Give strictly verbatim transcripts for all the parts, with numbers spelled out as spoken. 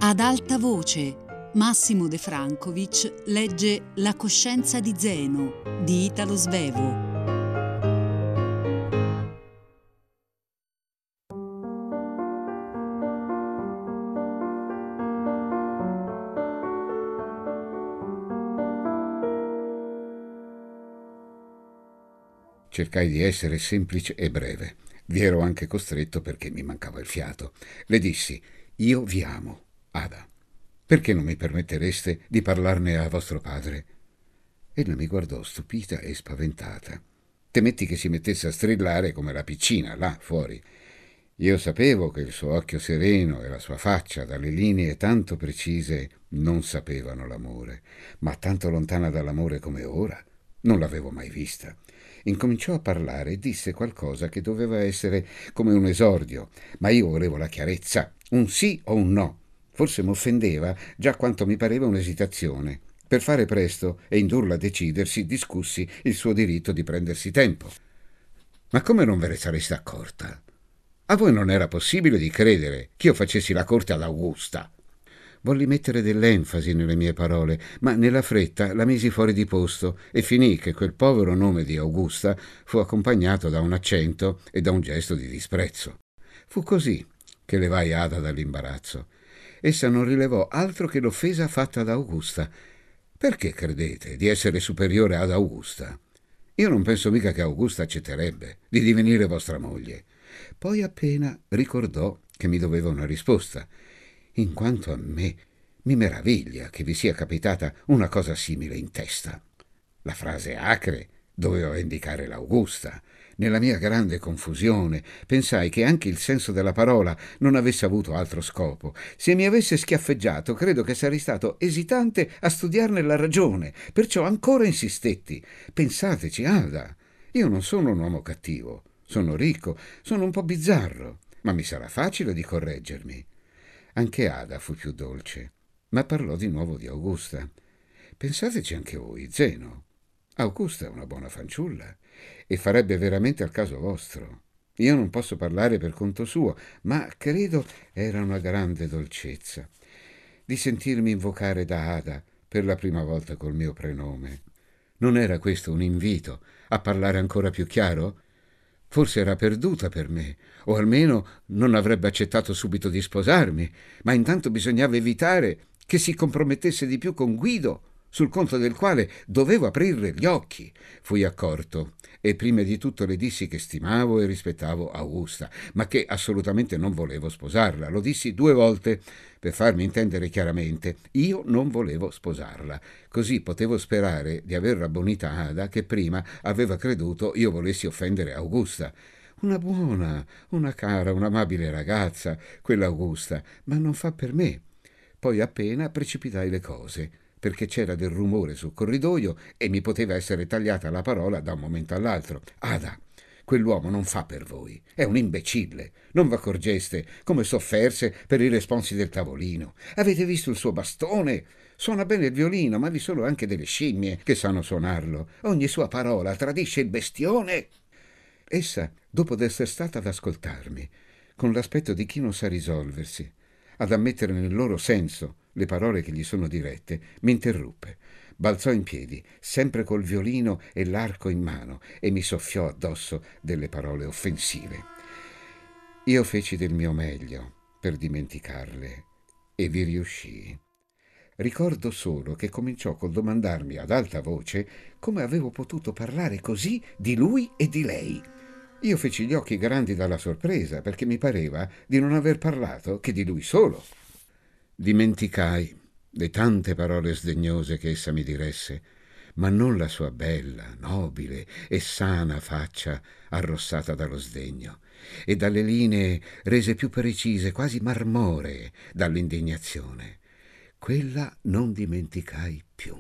Ad alta voce, Massimo De Francovic legge La coscienza di Zeno di Italo Svevo. Cercai di essere semplice e breve. Vi ero anche costretto perché mi mancava il fiato. Le dissi: io vi amo, Ada. Perché non mi permettereste di parlarne a vostro padre? Ella mi guardò stupita e spaventata. Temetti che si mettesse a strillare come la piccina, là fuori. Io sapevo che il suo occhio sereno e la sua faccia, dalle linee tanto precise, non sapevano l'amore, ma tanto lontana dall'amore come ora non l'avevo mai vista. Incominciò a parlare e disse qualcosa che doveva essere come un esordio, ma io volevo la chiarezza, un sì o un no. Forse m'offendeva già quanto mi pareva un'esitazione. Per fare presto e indurla a decidersi, discussi il suo diritto di prendersi tempo. Ma come non ve ne sareste accorta? A voi non era possibile di credere che io facessi la corte ad Augusta? Volli mettere dell'enfasi nelle mie parole, ma nella fretta la misi fuori di posto e finì che quel povero nome di Augusta fu accompagnato da un accento e da un gesto di disprezzo. Fu così che levai Ada dall'imbarazzo. Essa non rilevò altro che l'offesa fatta ad Augusta. Perché credete di essere superiore ad Augusta? Io non penso mica che Augusta accetterebbe di divenire vostra moglie. Poi appena ricordò che mi doveva una risposta. In quanto a me, mi meraviglia che vi sia capitata una cosa simile in testa. La frase acre doveva indicare l'Augusta. Nella mia grande confusione pensai che anche il senso della parola non avesse avuto altro scopo. Se mi avesse schiaffeggiato, credo che sarei stato esitante a studiarne la ragione, perciò ancora insistetti. Pensateci, Ada, io non sono un uomo cattivo, sono ricco, sono un po' bizzarro, ma mi sarà facile di correggermi. Anche Ada fu più dolce, ma parlò di nuovo di Augusta. Pensateci anche voi, Zeno. Augusta è una buona fanciulla e farebbe veramente al caso vostro. Io non posso parlare per conto suo, ma credo era una grande dolcezza di sentirmi invocare da Ada per la prima volta col mio prenome. Non era questo un invito a parlare ancora più chiaro? Forse era perduta per me, o almeno non avrebbe accettato subito di sposarmi, ma intanto bisognava evitare che si compromettesse di più con Guido, sul conto del quale dovevo aprirle gli occhi. Fui accorto e prima di tutto le dissi che stimavo e rispettavo Augusta, ma che assolutamente non volevo sposarla. Lo dissi due volte per farmi intendere chiaramente. Io non volevo sposarla. Così potevo sperare di aver rabbonita Ada, che prima aveva creduto io volessi offendere Augusta. Una buona, una cara, un'amabile ragazza, quella Augusta, ma non fa per me. Poi appena precipitai le cose, perché c'era del rumore sul corridoio e mi poteva essere tagliata la parola da un momento all'altro. Ada, quell'uomo non fa per voi, è un imbecille. Non v'accorgeste come sofferse per i responsi del tavolino. Avete visto il suo bastone? Suona bene il violino, ma vi sono anche delle scimmie che sanno suonarlo. Ogni sua parola tradisce il bestione. Essa, dopo d'essere stata ad ascoltarmi, con l'aspetto di chi non sa risolversi, ad ammettere nel loro senso le parole che gli sono dirette, mi interruppe. Balzò in piedi, sempre col violino e l'arco in mano, e mi soffiò addosso delle parole offensive. Io feci del mio meglio per dimenticarle e vi riuscii. Ricordo solo che cominciò col domandarmi ad alta voce come avevo potuto parlare così di lui e di lei. Io feci gli occhi grandi dalla sorpresa, perché mi pareva di non aver parlato che di lui solo. Dimenticai le tante parole sdegnose che essa mi diresse, ma non la sua bella, nobile e sana faccia arrossata dallo sdegno e dalle linee rese più precise, quasi marmoree, dall'indignazione. Quella non dimenticai più.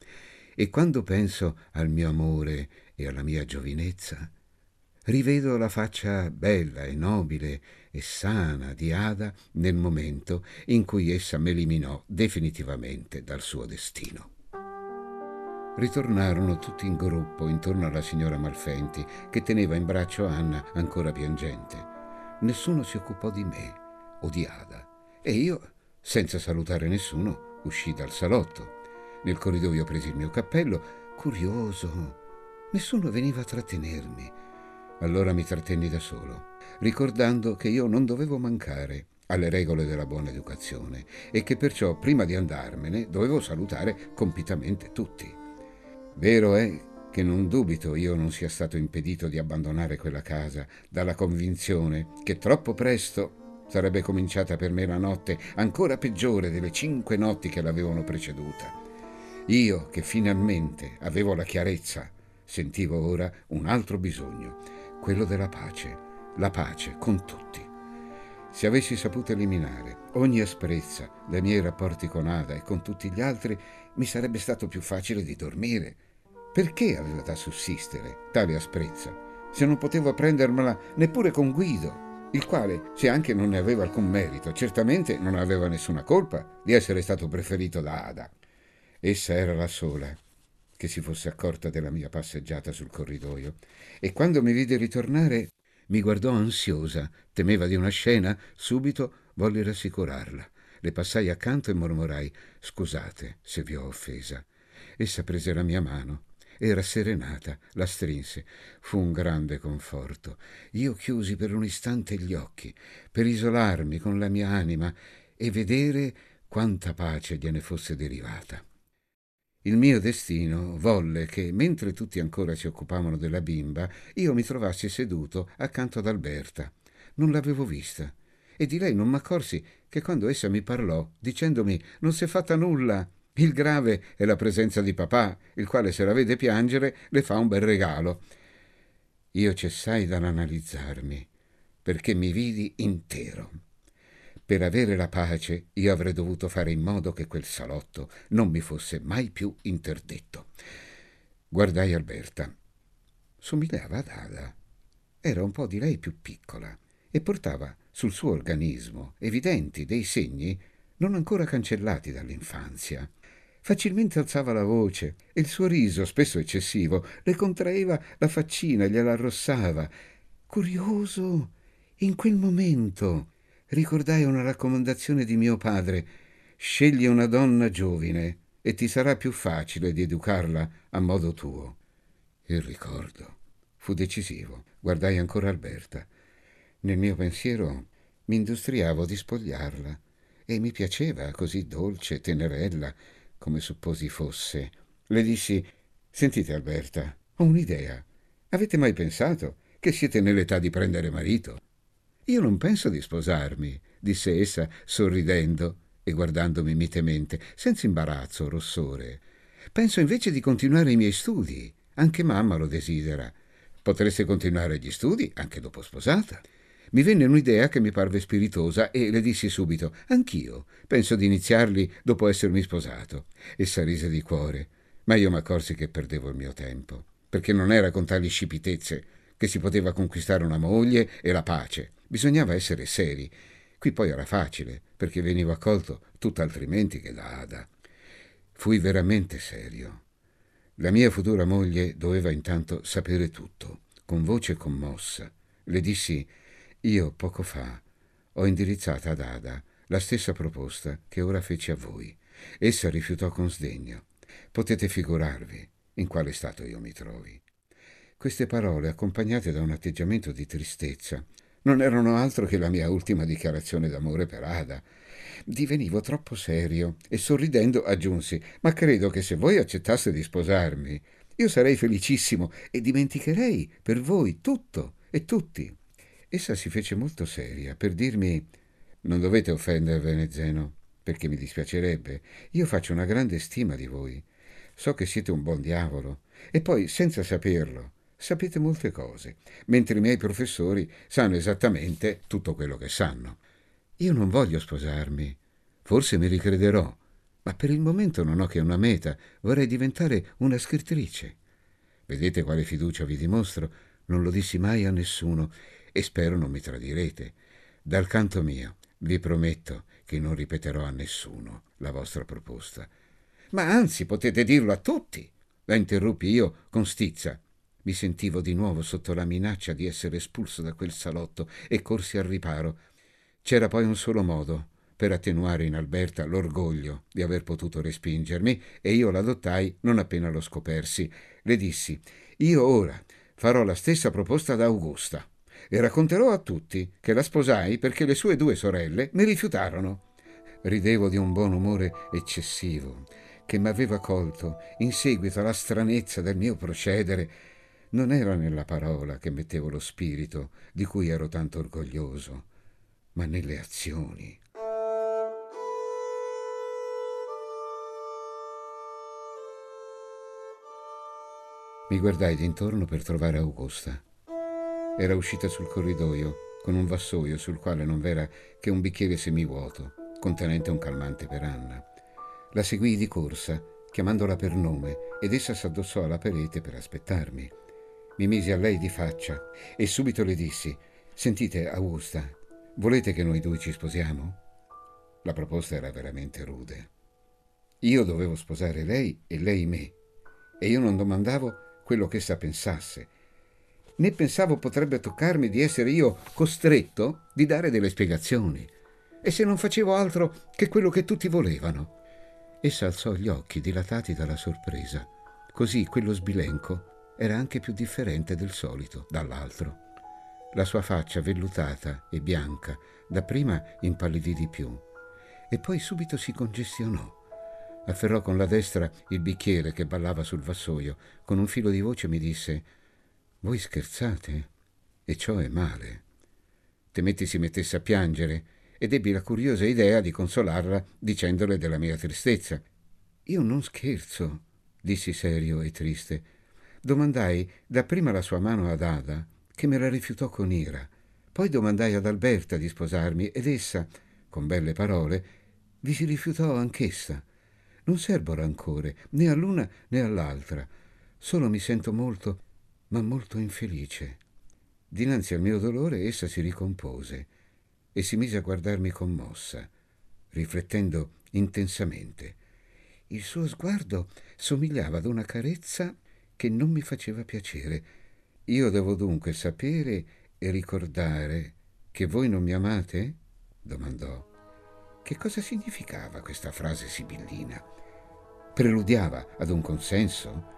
E quando penso al mio amore e alla mia giovinezza, rivedo la faccia bella e nobile e sana di Ada nel momento in cui essa m'eliminò definitivamente dal suo destino. Ritornarono tutti in gruppo intorno alla signora Malfenti, che teneva in braccio Anna ancora piangente. Nessuno si occupò di me o di Ada, e io Senza salutare nessuno, uscii dal salotto. Nel corridoio presi il mio cappello, curioso. Nessuno veniva a trattenermi. Allora mi trattenni da solo, ricordando che io non dovevo mancare alle regole della buona educazione e che perciò prima di andarmene dovevo salutare compitamente tutti. Vero è che non dubito io non sia stato impedito di abbandonare quella casa dalla convinzione che troppo presto sarebbe cominciata per me la notte ancora peggiore delle cinque notti che l'avevano preceduta. Io, che finalmente avevo la chiarezza, sentivo ora un altro bisogno, quello della pace, la pace con tutti. Se avessi saputo eliminare ogni asprezza dai miei rapporti con Ada e con tutti gli altri, mi sarebbe stato più facile di dormire. Perché aveva da sussistere tale asprezza, se non potevo prendermela neppure con Guido, il quale, se anche non ne aveva alcun merito, certamente non aveva nessuna colpa di essere stato preferito da Ada. Essa era la sola che si fosse accorta della mia passeggiata sul corridoio e quando mi vide ritornare mi guardò ansiosa, temeva di una scena, subito volli rassicurarla. Le passai accanto e mormorai: «Scusate se vi ho offesa». Essa prese la mia mano e rasserenata la strinse. Fu un grande conforto. Io chiusi per un istante gli occhi, per isolarmi con la mia anima e vedere quanta pace gliene fosse derivata. Il mio destino volle che, mentre tutti ancora si occupavano della bimba, io mi trovassi seduto accanto ad Alberta. Non l'avevo vista e di lei non m'accorsi che quando essa mi parlò, dicendomi «Non s'è fatta nulla». Il grave è la presenza di papà, il quale, se la vede piangere, le fa un bel regalo. Io cessai dall'analizzarmi, perché mi vidi intero. Per avere la pace io avrei dovuto fare in modo che quel salotto non mi fosse mai più interdetto. Guardai Alberta. Somigliava ad Ada. Era un po' di lei più piccola e portava sul suo organismo evidenti dei segni non ancora cancellati dall'infanzia. Facilmente alzava la voce e il suo riso, spesso eccessivo, le contraeva la faccina, gliela arrossava. Curioso, in quel momento ricordai una raccomandazione di mio padre: scegli una donna giovine e ti sarà più facile di educarla a modo tuo. Il ricordo fu decisivo. Guardai ancora Alberta. Nel mio pensiero mi industriavo di spogliarla e mi piaceva così dolce, tenerella, come supposi fosse. Le dissi: «Sentite Alberta, ho un'idea. Avete mai pensato che siete nell'età di prendere marito?» «Io non penso di sposarmi», disse essa sorridendo e guardandomi mitemente, senza imbarazzo o rossore. «Penso invece di continuare i miei studi. Anche mamma lo desidera. Potreste continuare gli studi anche dopo sposata». Mi venne un'idea che mi parve spiritosa e le dissi subito: «Anch'io penso di iniziarli dopo essermi sposato». Essa rise di cuore, ma io m'accorsi che perdevo il mio tempo, perché non era con tali scipitezze che si poteva conquistare una moglie e la pace. Bisognava essere seri. Qui poi era facile, perché venivo accolto tutt'altrimenti che da Ada. Fui veramente serio. La mia futura moglie doveva intanto sapere tutto. Con voce commossa le dissi: «Io poco fa ho indirizzato ad Ada la stessa proposta che ora feci a voi». Essa rifiutò con sdegno. Potete figurarvi in quale stato io mi trovi. Queste parole, accompagnate da un atteggiamento di tristezza, non erano altro che la mia ultima dichiarazione d'amore per Ada. Divenivo troppo serio e sorridendo aggiunsi: «Ma credo che se voi accettaste di sposarmi, io sarei felicissimo e dimenticherei per voi tutto e tutti». Essa si fece molto seria per dirmi: «Non dovete offendervene, Zeno, perché mi dispiacerebbe. Io faccio una grande stima di voi. So che siete un buon diavolo e poi, senza saperlo, sapete molte cose, mentre i miei professori sanno esattamente tutto quello che sanno. Io non voglio sposarmi. Forse mi ricrederò, ma per il momento non ho che una meta. Vorrei diventare una scrittrice. Vedete quale fiducia vi dimostro? Non lo dissi mai a nessuno e spero non mi tradirete. Dal canto mio vi prometto che non ripeterò a nessuno la vostra proposta». «Ma anzi, potete dirlo a tutti», la interruppi io con stizza. Mi sentivo di nuovo sotto la minaccia di essere espulso da quel salotto e corsi al riparo. C'era poi un solo modo per attenuare in Alberta l'orgoglio di aver potuto respingermi, e io l'adottai non appena lo scopersi. Le dissi: io ora farò la stessa proposta ad Augusta e racconterò a tutti che la sposai perché le sue due sorelle mi rifiutarono. Ridevo di un buon umore eccessivo che m'aveva colto in seguito alla stranezza del mio procedere. Non era nella parola che mettevo lo spirito di cui ero tanto orgoglioso, ma nelle azioni. Mi guardai d'intorno per trovare Augusta. Era uscita sul corridoio con un vassoio sul quale non v'era che un bicchiere semivuoto contenente un calmante per Anna. La seguii di corsa, chiamandola per nome, ed essa s'addossò alla parete per aspettarmi. Mi misi a lei di faccia e subito le dissi: «Sentite, Augusta, volete che noi due ci sposiamo?» La proposta era veramente rude. Io dovevo sposare lei e lei me, e io non domandavo quello che essa pensasse, né pensavo potrebbe toccarmi di essere io costretto di dare delle spiegazioni, e se non facevo altro che quello che tutti volevano. Essa alzò gli occhi dilatati dalla sorpresa, così quello sbilenco era anche più differente del solito dall'altro. La sua faccia vellutata e bianca dapprima impallidì di più e poi subito si congestionò. Afferrò con la destra il bicchiere che ballava sul vassoio. Con un filo di voce mi disse: «Voi scherzate? E ciò è male». Temetti si mettesse a piangere ed ebbi la curiosa idea di consolarla dicendole della mia tristezza. «Io non scherzo», dissi serio e triste. Domandai dapprima la sua mano ad Ada, che me la rifiutò con ira. Poi domandai ad Alberta di sposarmi ed essa, con belle parole, vi si rifiutò anch'essa. Non serbo rancore né all'una né all'altra, solo mi sento molto, ma molto infelice. Dinanzi al mio dolore essa si ricompose e si mise a guardarmi commossa, riflettendo intensamente. Il suo sguardo somigliava ad una carezza che non mi faceva piacere. «Io devo dunque sapere e ricordare che voi non mi amate?» domandò. Che cosa significava questa frase sibillina? Preludiava ad un consenso?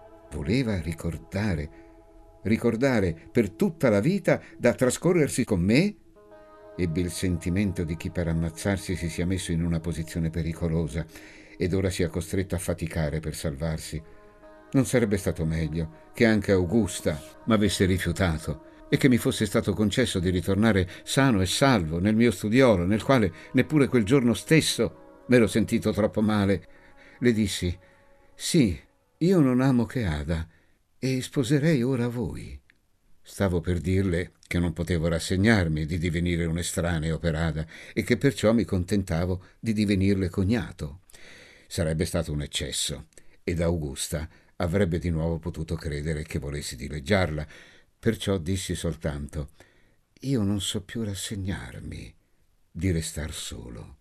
Voleva ricordare, ricordare per tutta la vita da trascorrersi con me? Ebbe il sentimento di chi per ammazzarsi si sia messo in una posizione pericolosa ed ora sia costretto a faticare per salvarsi. Non sarebbe stato meglio che anche Augusta m'avesse rifiutato e che mi fosse stato concesso di ritornare sano e salvo nel mio studiolo, nel quale neppure quel giorno stesso m'ero sentito troppo male? Le dissi: «Sì, io non amo che Ada e sposerei ora voi». Stavo per dirle che non potevo rassegnarmi di divenire un estraneo per Ada e che perciò mi contentavo di divenirle cognato. Sarebbe stato un eccesso ed Augusta avrebbe di nuovo potuto credere che volessi dileggiarla. Perciò dissi soltanto: «Io non so più rassegnarmi di restar solo».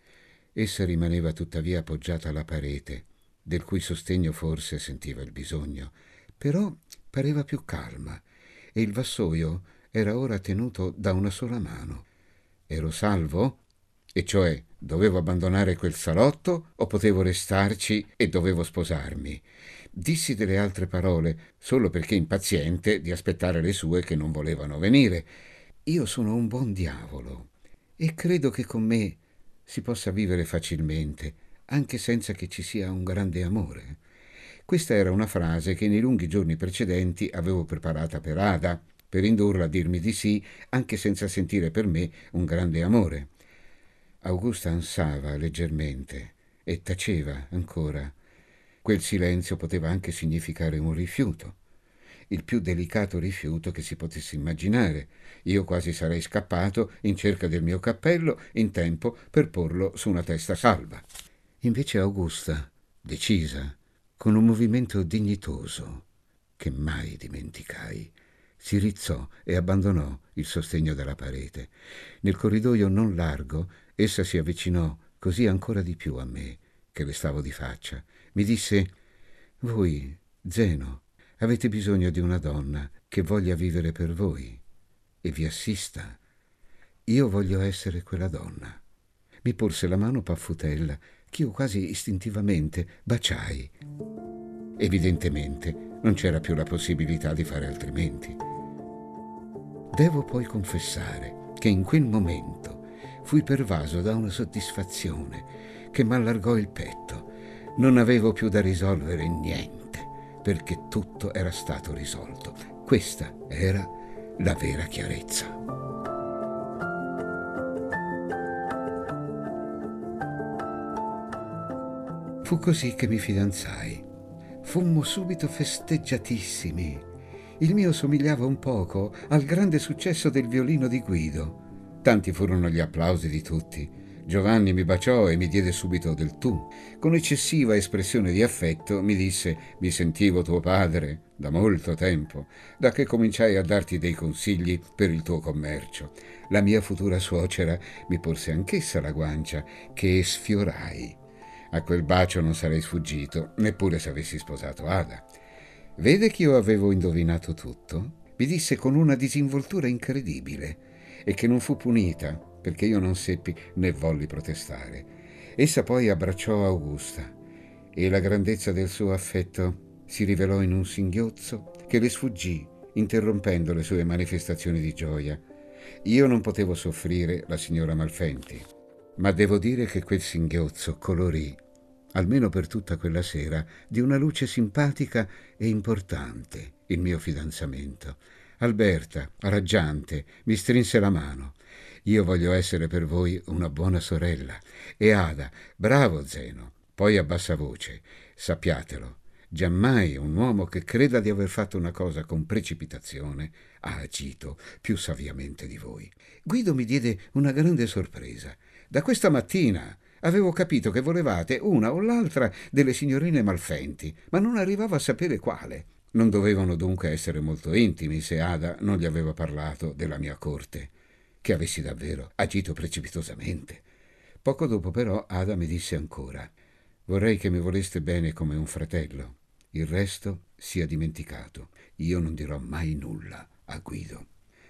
Essa rimaneva tuttavia appoggiata alla parete, del cui sostegno forse sentiva il bisogno, però pareva più calma, e il vassoio era ora tenuto da una sola mano. Ero salvo? E cioè, dovevo abbandonare quel salotto o potevo restarci e dovevo sposarmi? Dissi delle altre parole, solo perché impaziente di aspettare le sue che non volevano venire. Io sono un buon diavolo e credo che con me si possa vivere facilmente, anche senza che ci sia un grande amore. Questa era una frase che nei lunghi giorni precedenti avevo preparata per Ada, per indurla a dirmi di sì, anche senza sentire per me un grande amore. Augusta ansava leggermente e taceva ancora. Quel silenzio poteva anche significare un rifiuto, il più delicato rifiuto che si potesse immaginare. Io quasi sarei scappato in cerca del mio cappello in tempo per porlo su una testa salva. Invece Augusta, decisa, con un movimento dignitoso che mai dimenticai, si rizzò e abbandonò il sostegno della parete. Nel corridoio non largo essa si avvicinò così ancora di più a me, che le stavo di faccia. Mi disse: «Voi, Zeno, avete bisogno di una donna che voglia vivere per voi e vi assista. Io voglio essere quella donna». mi porse la mano paffutella, che io quasi istintivamente baciai. Evidentemente non c'era più la possibilità di fare altrimenti. Devo poi confessare che in quel momento fui pervaso da una soddisfazione che m'allargò il petto. Non avevo più da risolvere niente, perché tutto era stato risolto. Questa era la vera chiarezza. Fu così che mi fidanzai. Fummo subito festeggiatissimi. Il mio somigliava un poco al grande successo del violino di Guido. Tanti furono gli applausi di tutti. Giovanni mi baciò e mi diede subito del tu. Con eccessiva espressione di affetto mi disse: mi sentivo tuo padre da molto tempo, da che cominciai a darti dei consigli per il tuo commercio. La mia futura suocera mi porse anch'essa la guancia, che sfiorai. A quel bacio non sarei sfuggito, neppure se avessi sposato Ada. Vede che io avevo indovinato tutto? Mi disse con una disinvoltura incredibile, e che non fu punita, perché io non seppi né volli protestare. Essa poi abbracciò Augusta, e la grandezza del suo affetto si rivelò in un singhiozzo che le sfuggì, interrompendo le sue manifestazioni di gioia. Io non potevo soffrire la signora Malfenti, ma devo dire che quel singhiozzo colorì, almeno per tutta quella sera, di una luce simpatica e importante il mio fidanzamento. Alberta, raggiante, mi strinse la mano. Io voglio essere per voi una buona sorella. E Ada, bravo Zeno. Poi a bassa voce: sappiatelo, giammai un uomo che creda di aver fatto una cosa con precipitazione ha agito più saviamente di voi. Guido mi diede una grande sorpresa. Da questa mattina avevo capito che volevate una o l'altra delle signorine Malfenti, ma non arrivavo a sapere quale. Non dovevano dunque essere molto intimi se Ada non gli aveva parlato della mia corte, che avessi davvero agito precipitosamente. Poco dopo però Ada mi disse ancora: vorrei che mi voleste bene come un fratello. Il resto sia dimenticato. Io non dirò mai nulla a Guido.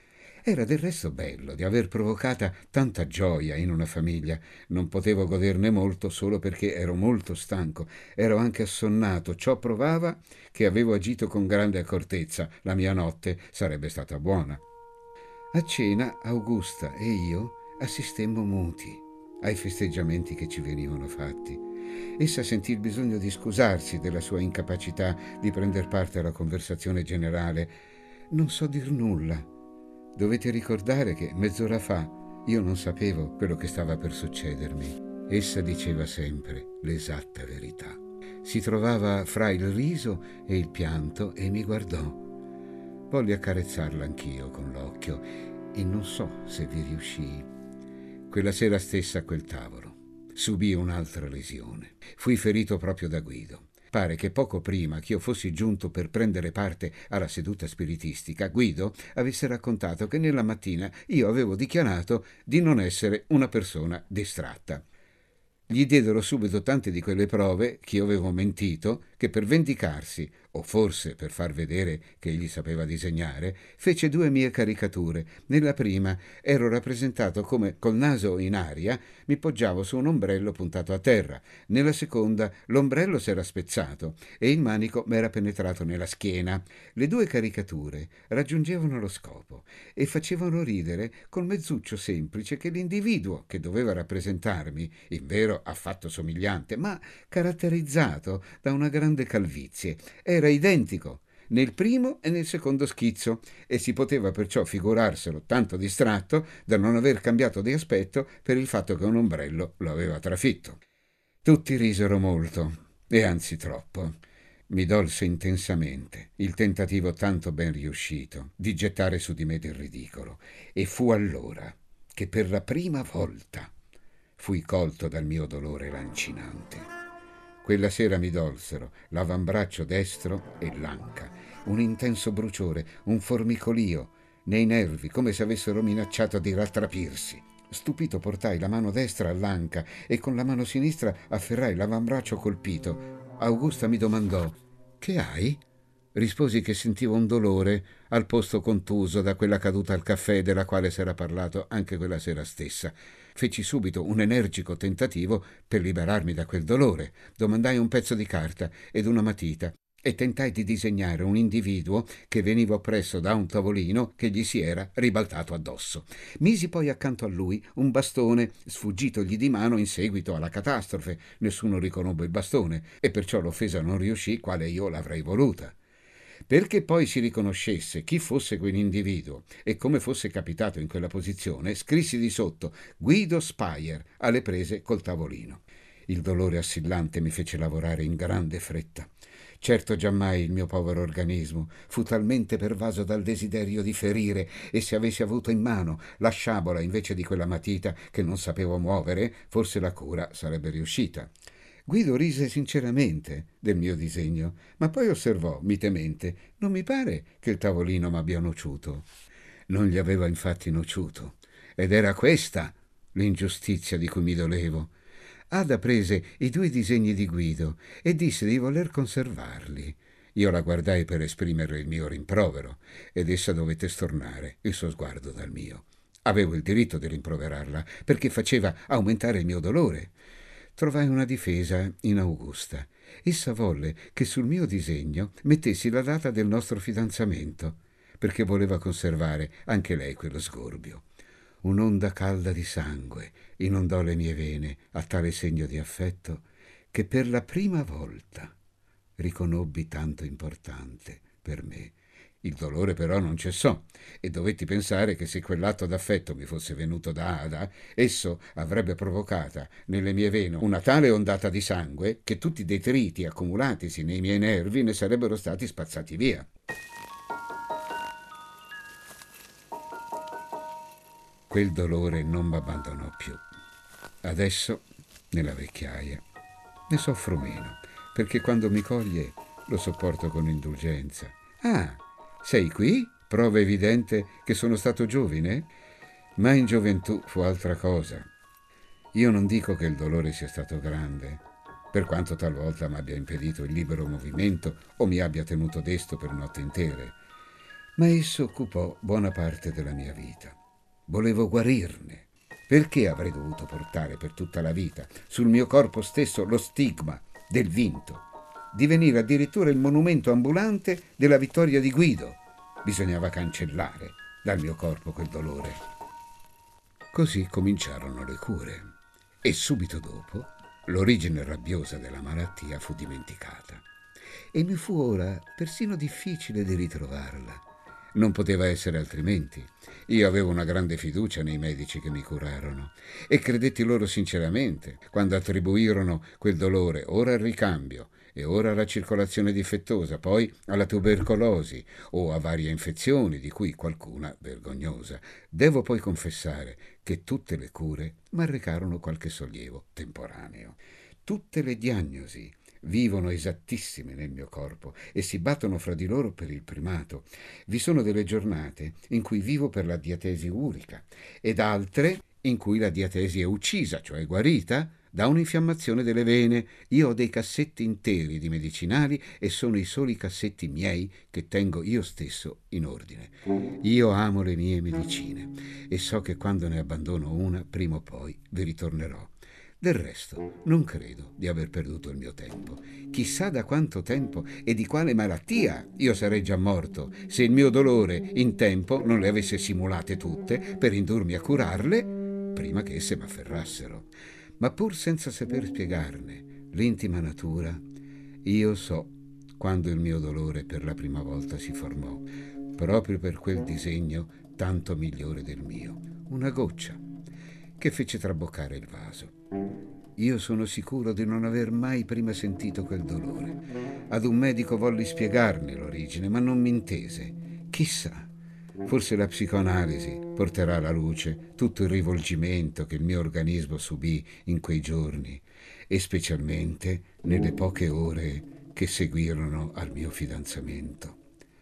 Era del resto bello di aver provocata tanta gioia in una famiglia. Non potevo goderne molto solo perché ero molto stanco. Ero anche assonnato. Ciò provava che avevo agito con grande accortezza. La mia notte sarebbe stata buona. A cena Augusta e io assistemmo muti ai festeggiamenti che ci venivano fatti. Essa sentì il bisogno di scusarsi della sua incapacità di prender parte alla conversazione generale. Non so dir nulla. Dovete ricordare che mezz'ora fa io non sapevo quello che stava per succedermi. Essa diceva sempre l'esatta verità. Si trovava fra il riso e il pianto e mi guardò. Volli accarezzarla anch'io con l'occhio e non so se vi riuscii. Quella sera stessa a quel tavolo subì un'altra lesione. Fui ferito proprio da Guido. Pare che poco prima che io fossi giunto per prendere parte alla seduta spiritistica, Guido avesse raccontato che nella mattina io avevo dichiarato di non essere una persona distratta. Gli diedero subito tante di quelle prove che io avevo mentito, che per vendicarsi, o forse per far vedere che egli sapeva disegnare, fece due mie caricature. Nella prima ero rappresentato come, col naso in aria, mi poggiavo su un ombrello puntato a terra. Nella seconda l'ombrello s'era spezzato e il manico m'era penetrato nella schiena. Le due caricature raggiungevano lo scopo e facevano ridere col mezzuccio semplice che l'individuo che doveva rappresentarmi, invero affatto somigliante, ma caratterizzato da una grande calvizie, era identico nel primo e nel secondo schizzo e si poteva perciò figurarselo tanto distratto da non aver cambiato di aspetto per il fatto che un ombrello lo aveva trafitto. Tutti risero molto, e anzi troppo. Mi dolse intensamente il tentativo tanto ben riuscito di gettare su di me del ridicolo, e fu allora che per la prima volta fui colto dal mio dolore lancinante. Quella sera mi dolsero l'avambraccio destro e l'anca, un intenso bruciore, un formicolio nei nervi, come se avessero minacciato di rattrapirsi. Stupito portai la mano destra all'anca e con la mano sinistra afferrai l'avambraccio colpito. Augusta mi domandò: «Che hai?» Risposi che sentivo un dolore al posto contuso da quella caduta al caffè della quale s'era parlato anche quella sera stessa. Feci subito un energico tentativo per liberarmi da quel dolore. Domandai un pezzo di carta ed una matita e tentai di disegnare un individuo che veniva oppresso da un tavolino che gli si era ribaltato addosso. Misi poi accanto a lui un bastone sfuggitogli di mano in seguito alla catastrofe. Nessuno riconobbe il bastone e perciò l'offesa non riuscì quale io l'avrei voluta. Perché poi si riconoscesse chi fosse quell'individuo e come fosse capitato in quella posizione, scrissi di sotto Guido Speyer alle prese col tavolino. Il dolore assillante mi fece lavorare in grande fretta. Certo giammai il mio povero organismo fu talmente pervaso dal desiderio di ferire, e se avessi avuto in mano la sciabola invece di quella matita che non sapevo muovere, forse la cura sarebbe riuscita. Guido rise sinceramente del mio disegno, ma poi osservò mitemente: non mi pare che il tavolino m'abbia nociuto. Non gli aveva infatti nociuto, ed era questa l'ingiustizia di cui mi dolevo. Ada prese i due disegni di Guido e disse di voler conservarli. Io la guardai per esprimere il mio rimprovero, ed essa dovette stornare il suo sguardo dal mio. Avevo il diritto di rimproverarla, perché faceva aumentare il mio dolore. Trovai una difesa in Augusta. Essa volle che sul mio disegno mettessi la data del nostro fidanzamento, perché voleva conservare anche lei quello sgorbio. Un'onda calda di sangue inondò le mie vene a tale segno di affetto che per la prima volta riconobbi tanto importante per me. Il dolore però non cessò, e dovetti pensare che se quell'atto d'affetto mi fosse venuto da Ada, esso avrebbe provocata nelle mie vene una tale ondata di sangue che tutti i detriti accumulatisi nei miei nervi ne sarebbero stati spazzati via. Quel dolore non m'abbandonò più. Adesso, nella vecchiaia, ne soffro meno, perché quando mi coglie lo sopporto con indulgenza. Ah, sei qui? Prova evidente che sono stato giovine? Ma in gioventù fu altra cosa. Io non dico che il dolore sia stato grande, per quanto talvolta mi abbia impedito il libero movimento o mi abbia tenuto desto per notti intere, ma esso occupò buona parte della mia vita. Volevo guarirne. Perché avrei dovuto portare per tutta la vita sul mio corpo stesso lo stigma del vinto? Divenire addirittura il monumento ambulante della vittoria di Guido. Bisognava cancellare dal mio corpo quel dolore. Così cominciarono le cure, e subito dopo l'origine rabbiosa della malattia fu dimenticata, e mi fu ora persino difficile di ritrovarla. Non poteva essere altrimenti. Io avevo una grande fiducia nei medici che mi curarono e credetti loro sinceramente quando attribuirono quel dolore ora al ricambio e ora alla circolazione difettosa, poi alla tubercolosi o a varie infezioni, di cui qualcuna vergognosa. Devo poi confessare che tutte le cure m'arrecarono qualche sollievo temporaneo. Tutte le diagnosi vivono esattissime nel mio corpo e si battono fra di loro per il primato. Vi sono delle giornate in cui vivo per la diatesi urica ed altre in cui la diatesi è uccisa, cioè guarita, da un'infiammazione delle vene. Io ho dei cassetti interi di medicinali e sono i soli cassetti miei che tengo io stesso in ordine. Io amo le mie medicine e so che quando ne abbandono una, prima o poi vi ritornerò. Del resto, non credo di aver perduto il mio tempo. Chissà da quanto tempo e di quale malattia io sarei già morto se il mio dolore in tempo non le avesse simulate tutte per indurmi a curarle prima che esse m'afferrassero. Ma pur senza saper spiegarne l'intima natura, io so quando il mio dolore per la prima volta si formò, proprio per quel disegno tanto migliore del mio, una goccia che fece traboccare il vaso. Io sono sicuro di non aver mai prima sentito quel dolore. Ad un medico volli spiegarne l'origine, ma non mi intese. Chissà, forse la psicoanalisi porterà alla luce tutto il rivolgimento che il mio organismo subì in quei giorni, e specialmente nelle poche ore che seguirono al mio fidanzamento.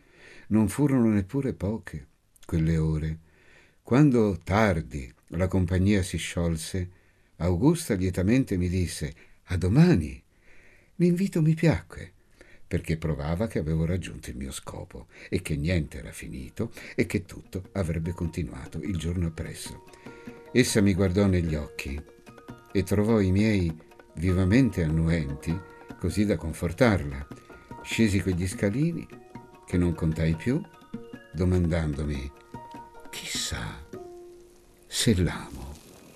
Non furono neppure poche quelle ore. Quando tardi la compagnia si sciolse, Augusta lietamente mi disse: «A domani!» L'invito mi piacque. perché provava che avevo raggiunto il mio scopo e che niente era finito e che tutto avrebbe continuato il giorno appresso. Essa mi guardò negli occhi e trovò i miei vivamente annuenti, così da confortarla. Scesi quegli scalini che non contai più, domandandomi: chissà se l'amo.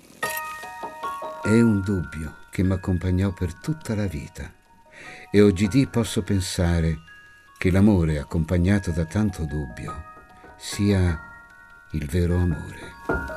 È un dubbio che mi accompagnò per tutta la vita e oggidì posso pensare che l'amore accompagnato da tanto dubbio sia il vero amore.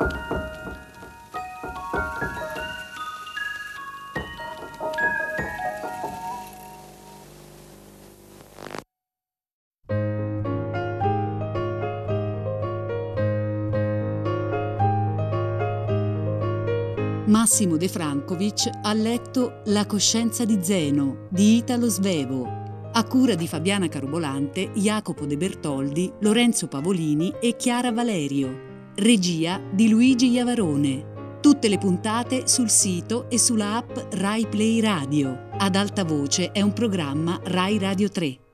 Massimo De Francovic ha letto La coscienza di Zeno di Italo Svevo, a cura di Fabiana Carobolante, Jacopo De Bertoldi, Lorenzo Pavolini e Chiara Valerio. Regia di Luigi Iavarone. Tutte le puntate sul sito e sulla app Rai Play Radio. Ad alta voce è un programma Rai Radio tre.